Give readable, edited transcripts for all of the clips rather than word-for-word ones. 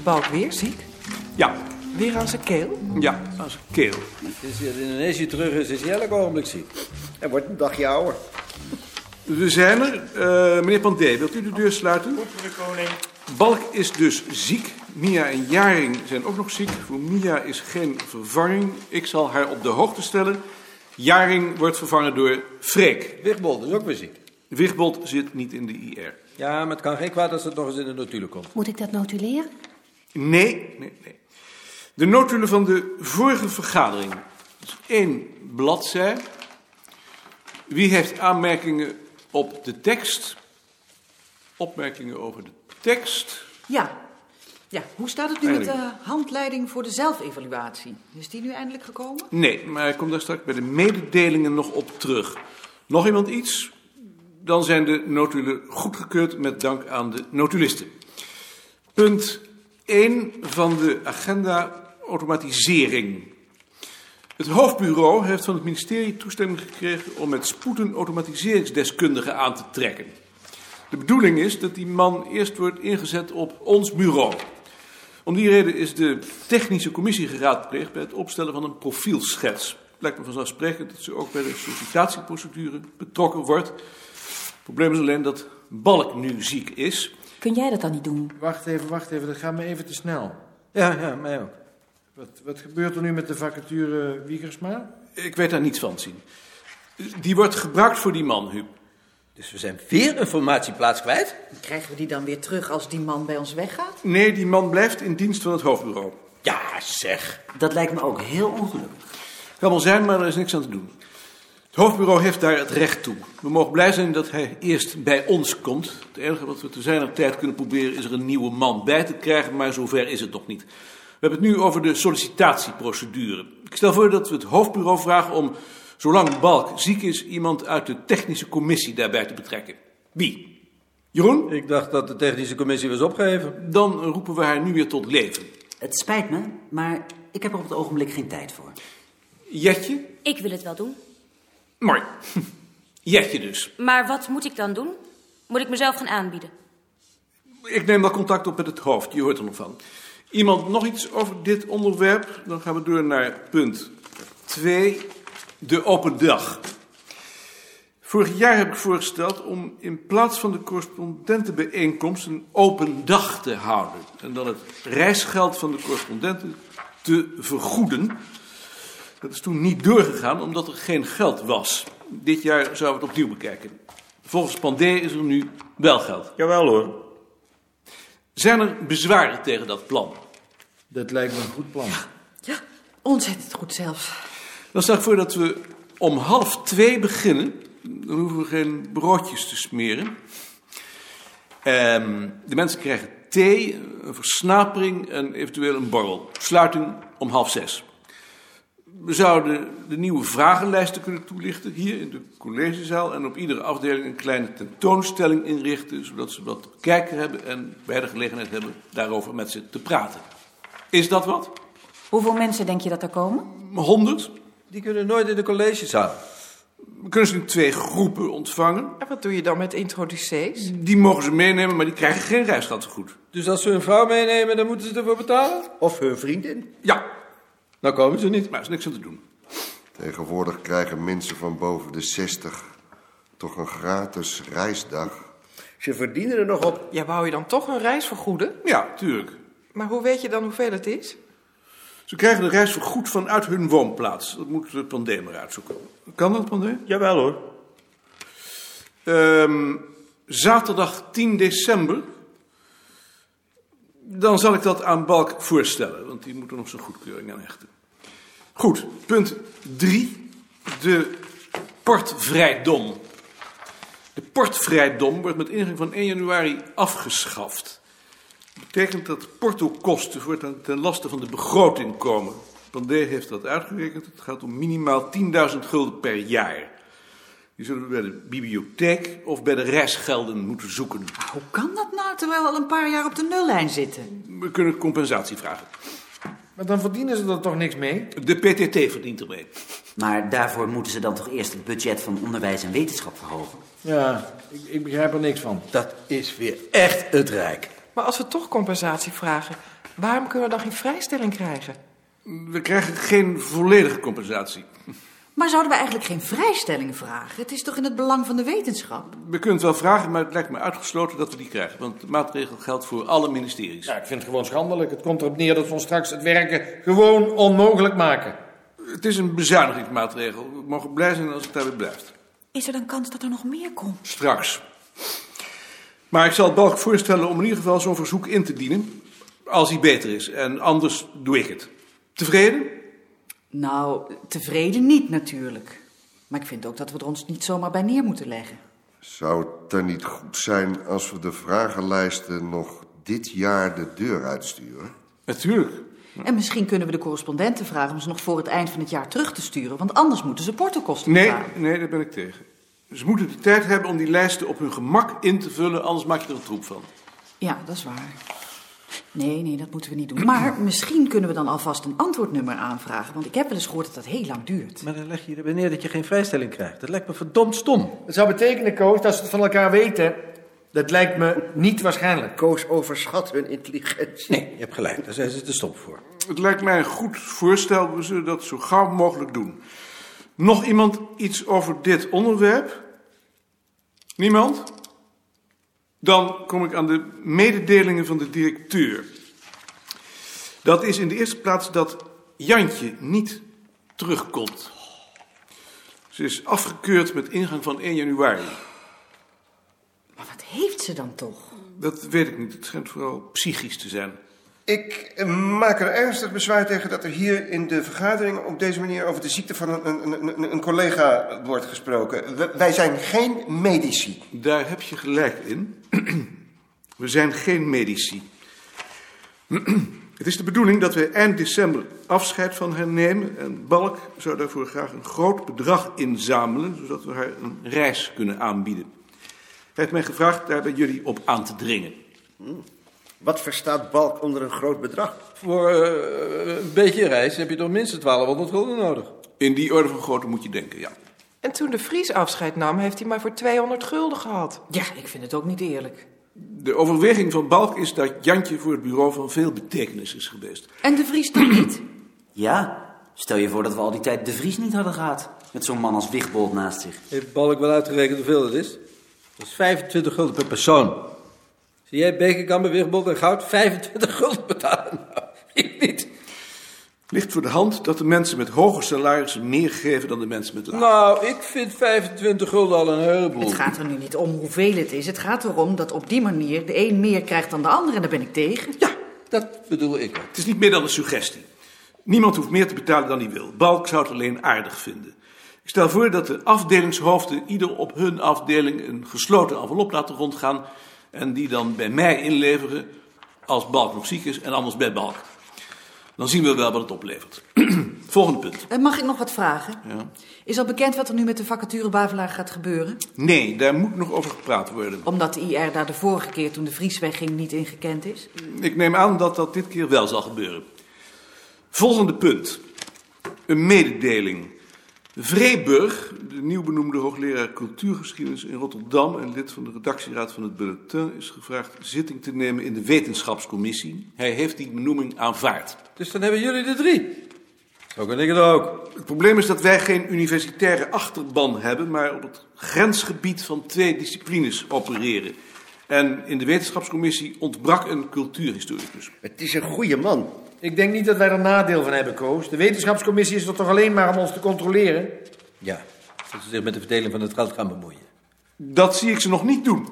Balk weer ziek? Ja. Weer aan zijn keel? Ja, aan zijn keel. Sinds hij uit Indonesië terug is hij elk ogenblik ziek. Hij wordt een dagje ouder. We zijn er. Meneer Pandé, wilt u de deur sluiten? Goed voor de koning. Balk is dus ziek. Mia en Jaring zijn ook nog ziek. Voor Mia is geen vervanging. Ik zal haar op de hoogte stellen. Jaring wordt vervangen door Freek. Wigbold is ook weer ziek. Wigbold zit niet in de IR. Ja, maar het kan geen kwaad als het nog eens in de notulen komt. Moet ik dat notuleren? Nee. De notulen van de vorige vergadering. Dat is 1 bladzij. Wie heeft aanmerkingen op de tekst? Opmerkingen over de tekst? Ja, hoe staat het nu met de handleiding voor de zelfevaluatie? Is die nu eindelijk gekomen? Nee, maar ik kom daar straks bij de mededelingen nog op terug. Nog iemand iets? Dan zijn de notulen goedgekeurd met dank aan de notulisten. Punt 1 van de agenda: automatisering. Het hoofdbureau heeft van het ministerie toestemming gekregen om met spoed een automatiseringsdeskundige aan te trekken. De bedoeling is dat die man eerst wordt ingezet op ons bureau. Om die reden is de technische commissie geraadpleegd bij het opstellen van een profielschets. Het lijkt me vanzelfsprekend dat ze ook bij de sollicitatieprocedure betrokken wordt. Het probleem is alleen dat Balk nu ziek is. Kun jij dat dan niet doen? Wacht even, dat gaat me even te snel. Ja, mij ook. Wat gebeurt er nu met de vacature Wiegersma? Ik weet daar niets van, zien. Die wordt gebruikt voor die man, Huub. Dus we zijn weer een formatieplaats kwijt? Krijgen we die dan weer terug als die man bij ons weggaat? Nee, die man blijft in dienst van het hoofdbureau. Ja, zeg. Dat lijkt me ook heel ongelukkig. Kan wel zijn, maar er is niks aan te doen. Het hoofdbureau heeft daar het recht toe. We mogen blij zijn dat hij eerst bij ons komt. Het enige wat we te zijner tijd kunnen proberen is er een nieuwe man bij te krijgen, maar zover is het nog niet. We hebben het nu over de sollicitatieprocedure. Ik stel voor dat we het hoofdbureau vragen om, zolang Balk ziek is, iemand uit de technische commissie daarbij te betrekken. Wie? Jeroen? Ik dacht dat de technische commissie was opgeheven. Dan roepen we haar nu weer tot leven. Het spijt me, maar ik heb er op het ogenblik geen tijd voor. Jetje? Ik wil het wel doen. Mooi. Jetje dus. Maar wat moet ik dan doen? Moet ik mezelf gaan aanbieden? Ik neem wel contact op met het hoofd, je hoort er nog van. Iemand nog iets over dit onderwerp? Dan gaan we door naar punt 2, de open dag. Vorig jaar heb ik voorgesteld om in plaats van de correspondentenbijeenkomst een open dag te houden. En dan het reisgeld van de correspondenten te vergoeden. Dat is toen niet doorgegaan omdat er geen geld was. Dit jaar zouden we het opnieuw bekijken. Volgens Pandé is er nu wel geld. Jawel hoor. Zijn er bezwaren tegen dat plan? Dat lijkt me een goed plan. Ja, ontzettend goed zelfs. Dan stel ik voor dat we om 1:30 beginnen. Dan hoeven we geen broodjes te smeren. De mensen krijgen thee, een versnapering en eventueel een borrel. Sluiting om 5:30. We zouden de nieuwe vragenlijsten kunnen toelichten hier in de collegezaal en op iedere afdeling een kleine tentoonstelling inrichten, zodat ze wat te bekijken hebben en bij de gelegenheid hebben daarover met ze te praten. Is dat wat? Hoeveel mensen denk je dat er komen? 100? Die kunnen nooit in de collegezaal. We kunnen ze in 2 groepen ontvangen. En wat doe je dan met introducees? Die mogen ze meenemen, maar die krijgen geen reisgeld vergoed. Dus als ze hun vrouw meenemen, dan moeten ze ervoor betalen? Of hun vriendin. Ja, Dan komen ze niet. maar er is niks aan te doen. Tegenwoordig krijgen mensen van boven de 60 toch een gratis reisdag. Ze verdienen er nog op. Ja, wou je dan toch een reis vergoeden? Ja, tuurlijk. Maar hoe weet je dan hoeveel het is? Ze krijgen de reis vergoed vanuit hun woonplaats. Dat moet Pandé maar uitzoeken. Kan dat, Pandé? Jawel hoor. Zaterdag 10 december. Dan zal ik dat aan Balk voorstellen, want die moet er nog zijn goedkeuring aan hechten. Goed, punt 3. De portvrijdom. De portvrijdom wordt met ingang van 1 januari afgeschaft. Dat betekent dat portokosten voortaan ten laste van de begroting komen. Pandé heeft dat uitgerekend. Het gaat om minimaal 10.000 gulden per jaar. Die zullen we bij de bibliotheek of bij de reisgelden moeten zoeken. Maar hoe kan dat nou, terwijl we al een paar jaar op de nullijn zitten? We kunnen compensatie vragen. Maar dan verdienen ze er toch niks mee? De PTT verdient ermee. Maar daarvoor moeten ze dan toch eerst het budget van onderwijs en wetenschap verhogen? Ja, ik begrijp er niks van. Dat is weer echt het Rijk. Maar als we toch compensatie vragen, waarom kunnen we dan geen vrijstelling krijgen? We krijgen geen volledige compensatie. Maar zouden we eigenlijk geen vrijstelling vragen? Het is toch in het belang van de wetenschap? We kunnen het wel vragen, maar het lijkt me uitgesloten dat we die krijgen. Want de maatregel geldt voor alle ministeries. Ja, ik vind het gewoon schandelijk. Het komt erop neer dat we ons straks het werken gewoon onmogelijk maken. Het is een bezuinigingsmaatregel. We mogen blij zijn als het daarbij blijft. Is er dan kans dat er nog meer komt? Straks. Maar ik zal Balk voorstellen om in ieder geval zo'n verzoek in te dienen. Als hij beter is. En anders doe ik het. Tevreden? Nou, tevreden niet natuurlijk. Maar ik vind ook dat we er ons niet zomaar bij neer moeten leggen. Zou het dan niet goed zijn als we de vragenlijsten nog dit jaar de deur uitsturen? Natuurlijk. En misschien kunnen we de correspondenten vragen om ze nog voor het eind van het jaar terug te sturen. Want anders moeten ze portokosten betalen. Nee, daar ben ik tegen. Ze moeten de tijd hebben om die lijsten op hun gemak in te vullen, anders maak je er een troep van. Ja, dat is waar. Nee, dat moeten we niet doen. Maar misschien kunnen we dan alvast een antwoordnummer aanvragen. Want ik heb wel eens gehoord dat dat heel lang duurt. Maar dan leg je erbij neer dat je geen vrijstelling krijgt. Dat lijkt me verdomd stom. Het zou betekenen, Koos, dat ze het van elkaar weten. Dat lijkt me niet waarschijnlijk. Koos overschat hun intelligentie. Nee, je hebt gelijk. Daar zijn ze te stom voor. Het lijkt mij een goed voorstel. We zullen dat zo gauw mogelijk doen. Nog iemand iets over dit onderwerp? Niemand? Dan kom ik aan de mededelingen van de directeur. Dat is in de eerste plaats dat Jantje niet terugkomt. Ze is afgekeurd met ingang van 1 januari. Maar wat heeft ze dan toch? Dat weet ik niet. Het schijnt vooral psychisch te zijn. Ik maak er ernstig bezwaar tegen dat er hier in de vergadering op deze manier over de ziekte van een collega wordt gesproken. Wij zijn geen medici. Daar heb je gelijk in. We zijn geen medici. Het is de bedoeling dat wij eind december afscheid van haar nemen. En Balk zou daarvoor graag een groot bedrag inzamelen, zodat we haar een reis kunnen aanbieden. Hij heeft mij gevraagd daar bij jullie op aan te dringen. Wat verstaat Balk onder een groot bedrag? Voor een beetje reis heb je toch minstens 1200 gulden nodig. In die orde van grootte moet je denken, ja. En toen de Vries afscheid nam, heeft hij maar voor 200 gulden gehad. Ja, ik vind het ook niet eerlijk. De overweging van Balk is dat Jantje voor het bureau van veel betekenis is geweest. En de Vries toch niet? Ja, stel je voor dat we al die tijd de Vries niet hadden gehad. Met zo'n man als Wigbold naast zich. Heeft Balk wel uitgerekend hoeveel dat is? Dat is 25 gulden per persoon. Zie jij Bekenkamp, Wigbold en Goud 25 gulden betalen? Nou, ik niet. Ligt voor de hand dat de mensen met hoge salarissen meer geven dan de mensen met lage. Nou, ik vind 25 gulden al een heleboel. Het gaat er nu niet om hoeveel het is. Het gaat erom dat op die manier de een meer krijgt dan de ander. En daar ben ik tegen. Ja, dat bedoel ik. Het is niet meer dan een suggestie. Niemand hoeft meer te betalen dan hij wil. Balk zou het alleen aardig vinden. Ik stel voor dat de afdelingshoofden ieder op hun afdeling een gesloten envelop laten rondgaan. En die dan bij mij inleveren als Balk nog ziek is en anders bij Balk. Dan zien we wel wat het oplevert. Volgende punt. Mag ik nog wat vragen? Ja. Is al bekend wat er nu met de vacature Bavelaar gaat gebeuren? Nee, daar moet nog over gepraat worden. Omdat de IR daar de vorige keer toen de Vries wegging niet in gekend is? Ik neem aan dat dat dit keer wel zal gebeuren. Volgende punt. Een mededeling. Vreeburg, de nieuw benoemde hoogleraar cultuurgeschiedenis in Rotterdam en lid van de redactieraad van het Bulletin, is gevraagd zitting te nemen in de wetenschapscommissie. Hij heeft die benoeming aanvaard. Dus dan hebben jullie de 3. Zo kan ik het ook. Het probleem is dat wij geen universitaire achterban hebben, maar op het grensgebied van 2 disciplines opereren. En in de wetenschapscommissie ontbrak een cultuurhistoricus. Het is een goede man. Ik denk niet dat wij er nadeel van hebben, Koos. De wetenschapscommissie is er toch alleen maar om ons te controleren? Ja, dat ze zich met de verdeling van het geld gaan bemoeien. Dat zie ik ze nog niet doen.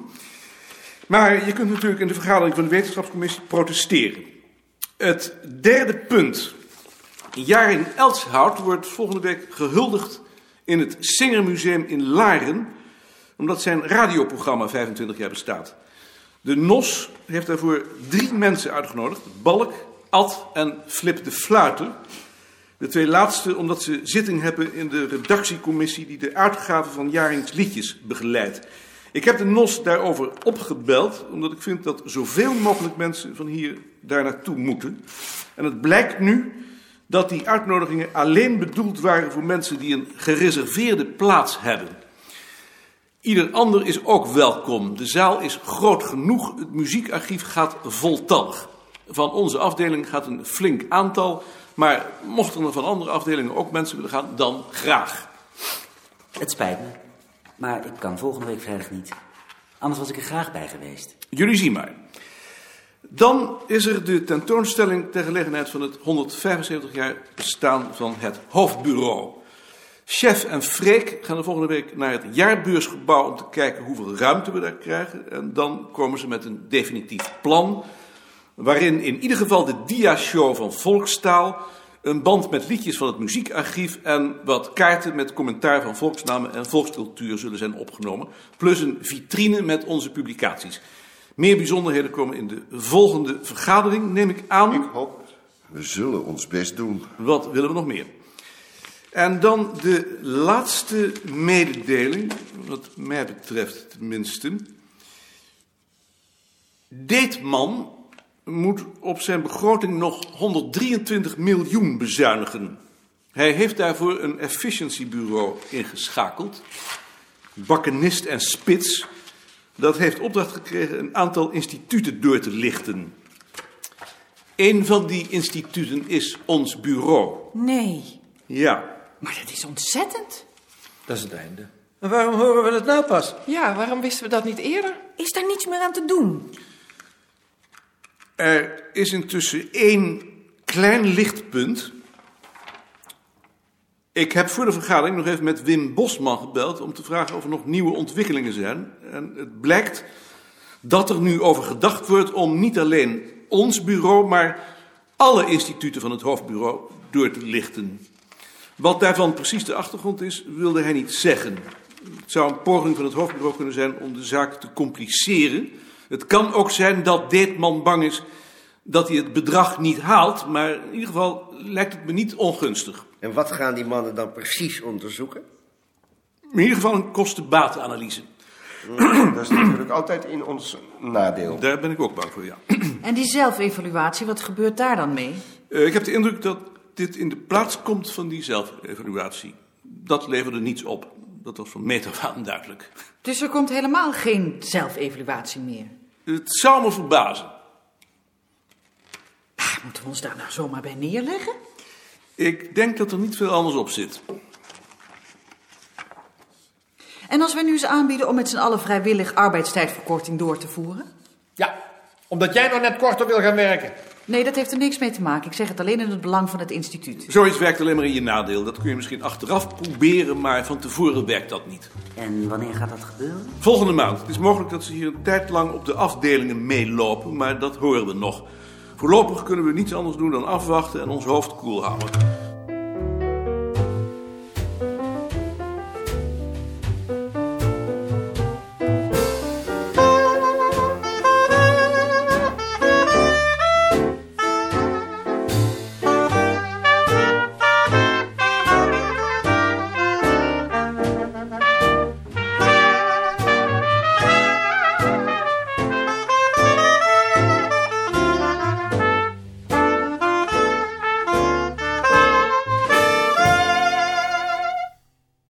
Maar je kunt natuurlijk in de vergadering van de wetenschapscommissie protesteren. Het derde punt. Jaring Elshout wordt volgende week gehuldigd in het Singermuseum in Laren, omdat zijn radioprogramma 25 jaar bestaat. De NOS heeft daarvoor 3 mensen uitgenodigd. Balk, Ad en Flip de Fluiter. De 2 laatste omdat ze zitting hebben in de redactiecommissie die de uitgave van Jarings liedjes begeleidt. Ik heb de NOS daarover opgebeld, omdat ik vind dat zoveel mogelijk mensen van hier daar naartoe moeten. En het blijkt nu dat die uitnodigingen alleen bedoeld waren voor mensen die een gereserveerde plaats hebben. Ieder ander is ook welkom. De zaal is groot genoeg. Het muziekarchief gaat voltallig. Van onze afdeling gaat een flink aantal. Maar mochten er van andere afdelingen ook mensen willen gaan, dan graag. Het spijt me, maar ik kan volgende week vrijdag niet. Anders was ik er graag bij geweest. Jullie zien maar. Dan is er de tentoonstelling ter gelegenheid van het 175 jaar bestaan van het hoofdbureau. Chef en Freek gaan de volgende week naar het jaarbeursgebouw om te kijken hoeveel ruimte we daar krijgen. En dan komen ze met een definitief plan, waarin in ieder geval de dia-show van Volkstaal, een band met liedjes van het muziekarchief en wat kaarten met commentaar van volksnamen en volkscultuur zullen zijn opgenomen. Plus een vitrine met onze publicaties. Meer bijzonderheden komen in de volgende vergadering, neem ik aan. Ik hoop het. We zullen ons best doen. Wat willen we nog meer? En dan de laatste mededeling, wat mij betreft tenminste. Deetman moet op zijn begroting nog 123 miljoen bezuinigen. Hij heeft daarvoor een efficiencybureau ingeschakeld. Bakkenist en Spits. Dat heeft opdracht gekregen een aantal instituten door te lichten. Een van die instituten is ons bureau. Nee, Ja. maar dat is ontzettend. Dat is het einde. En waarom horen we dat nou pas? Ja, waarom wisten we dat niet eerder? Is daar niets meer aan te doen? Er is intussen één klein lichtpunt. Ik heb voor de vergadering nog even met Wim Bosman gebeld om te vragen of er nog nieuwe ontwikkelingen zijn. En het blijkt dat er nu over gedacht wordt om niet alleen ons bureau, maar alle instituten van het hoofdbureau door te lichten. Wat daarvan precies de achtergrond is, wilde hij niet zeggen. Het zou een poging van het hoofdbureau kunnen zijn om de zaak te compliceren. Het kan ook zijn dat Deetman bang is dat hij het bedrag niet haalt, maar in ieder geval lijkt het me niet ongunstig. En wat gaan die mannen dan precies onderzoeken? In ieder geval een kosten-batenanalyse. Dat is natuurlijk altijd in ons nadeel. Daar ben ik ook bang voor, ja. En die zelfevaluatie, wat gebeurt daar dan mee? Ik heb de indruk dat dit in de plaats komt van die zelfevaluatie. Dat leverde niets op. Dat was van meet af aan duidelijk. Dus er komt helemaal geen zelfevaluatie meer? Het zou me verbazen. Moeten we ons daar nou zomaar bij neerleggen? Ik denk dat er niet veel anders op zit. En als wij nu eens aanbieden om met z'n allen vrijwillig arbeidstijdverkorting door te voeren? Ja, omdat jij nog net korter wil gaan werken. Nee, dat heeft er niks mee te maken. Ik zeg het alleen in het belang van het instituut. Zoiets werkt alleen maar in je nadeel. Dat kun je misschien achteraf proberen, maar van tevoren werkt dat niet. En wanneer gaat dat gebeuren? Volgende maand. Het is mogelijk dat ze hier een tijd lang op de afdelingen meelopen, maar dat horen we nog. Voorlopig kunnen we niets anders doen dan afwachten en ons hoofd koel houden.